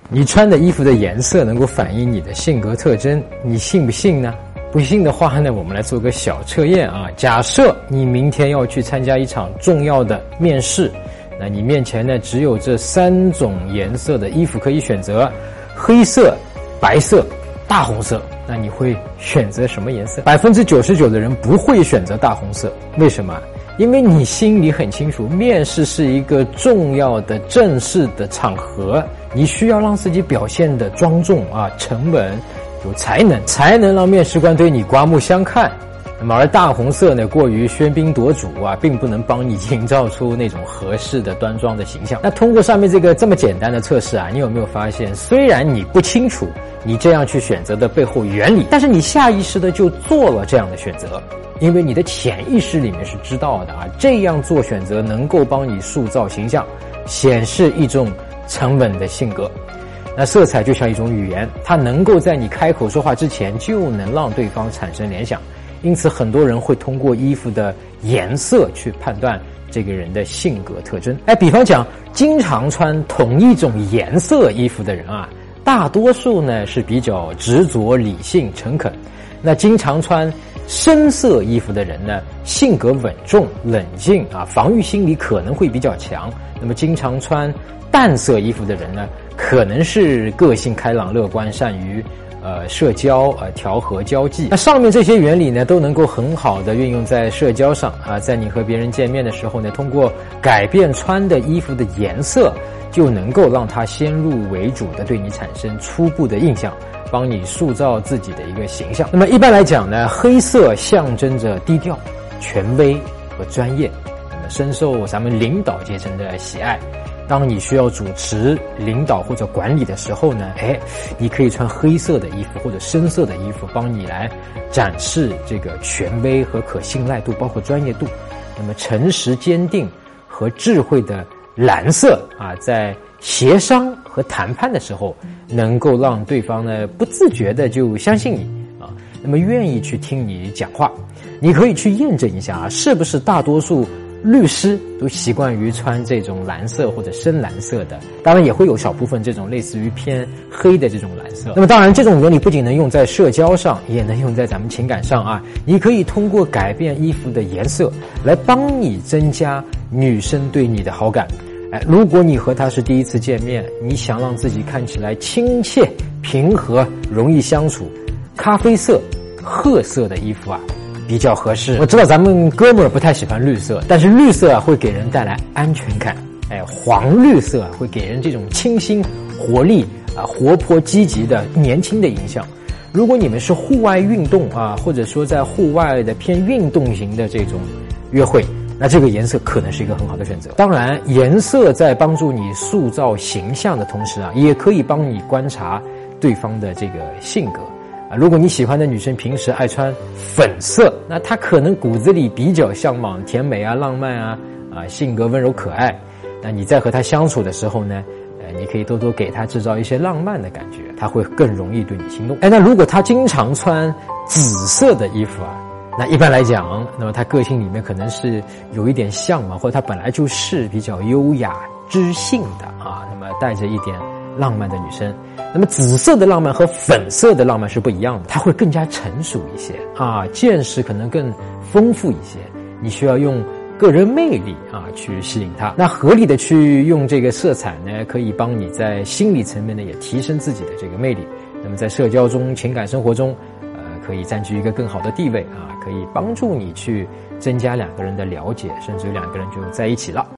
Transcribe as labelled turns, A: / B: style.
A: 你穿的衣服的颜色能够反映你的性格特征，你信不信呢？不信的话呢，我们来做个小测验啊。假设你明天要去参加一场重要的面试，那你面前呢只有这3种颜色的衣服可以选择：黑色、白色、大红色。那你会选择什么颜色？99%的人不会选择大红色。为什么？因为你心里很清楚，面试是一个重要的正式的场合，你需要让自己表现得庄重啊、沉稳、有才能，才能让面试官对你刮目相看。那么而大红色呢，过于喧宾夺主啊，并不能帮你营造出那种合适的端庄的形象。那通过上面这么简单的测试啊，你有没有发现，虽然你不清楚你这样去选择的背后原理，但是你下意识的就做了这样的选择，因为你的潜意识里面是知道的啊，这样做选择能够帮你塑造形象，显示一种沉稳的性格。那色彩就像一种语言，它能够在你开口说话之前就能让对方产生联想，因此很多人会通过衣服的颜色去判断这个人的性格特征。比方讲，经常穿同一种颜色衣服的人啊，大多数呢是比较执着、理性、诚恳。那经常穿深色衣服的人呢，性格稳重、冷静啊，防御心理可能会比较强。那么经常穿淡色衣服的人呢，可能是个性开朗、乐观，善于社交调和交际。那上面这些原理呢，都能够很好的运用在社交上啊，在你和别人见面的时候呢，通过改变穿的衣服的颜色，就能够让他先入为主的对你产生初步的印象，帮你塑造自己的一个形象。那么一般来讲呢，黑色象征着低调、权威和专业，那么深受咱们领导阶层的喜爱。当你需要主持、领导或者管理的时候呢，你可以穿黑色的衣服或者深色的衣服，帮你来展示这个权威和可信赖度，包括专业度。那么诚实、坚定和智慧的蓝色啊，在协商和谈判的时候，能够让对方呢不自觉的就相信你啊，那么愿意去听你讲话。你可以去验证一下啊，是不是大多数律师都习惯于穿这种蓝色或者深蓝色的，当然也会有小部分这种类似于偏黑的这种蓝色。那么当然这种原理不仅能用在社交上，也能用在咱们情感上啊。你可以通过改变衣服的颜色来帮你增加女生对你的好感。如果你和她是第一次见面，你想让自己看起来亲切、平和、容易相处，咖啡色、褐色的衣服啊比较合适。我知道咱们哥们儿不太喜欢绿色，但是绿色啊会给人带来安全感。黄绿色啊会给人这种清新、活力啊、活泼、积极的年轻的印象。如果你们是户外运动啊，或者说在户外的偏运动型的这种约会，那这个颜色可能是一个很好的选择。当然，颜色在帮助你塑造形象的同时啊，也可以帮你观察对方的这个性格。如果你喜欢的女生平时爱穿粉色，那她可能骨子里比较向往甜美啊、浪漫啊，性格温柔可爱。那你在和她相处的时候呢，你可以多多给她制造一些浪漫的感觉，她会更容易对你心动。那如果她经常穿紫色的衣服啊，那一般来讲，那么她个性里面可能是有一点向往，或者她本来就是比较优雅、知性的啊，那么带着一点浪漫的女生。那么紫色的浪漫和粉色的浪漫是不一样的，它会更加成熟一些啊，见识可能更丰富一些，你需要用个人魅力啊去吸引他。那合理的去用这个色彩呢，可以帮你在心理层面呢也提升自己的这个魅力。那么在社交中、情感生活中，可以占据一个更好的地位啊，可以帮助你去增加两个人的了解，甚至于两个人就在一起了。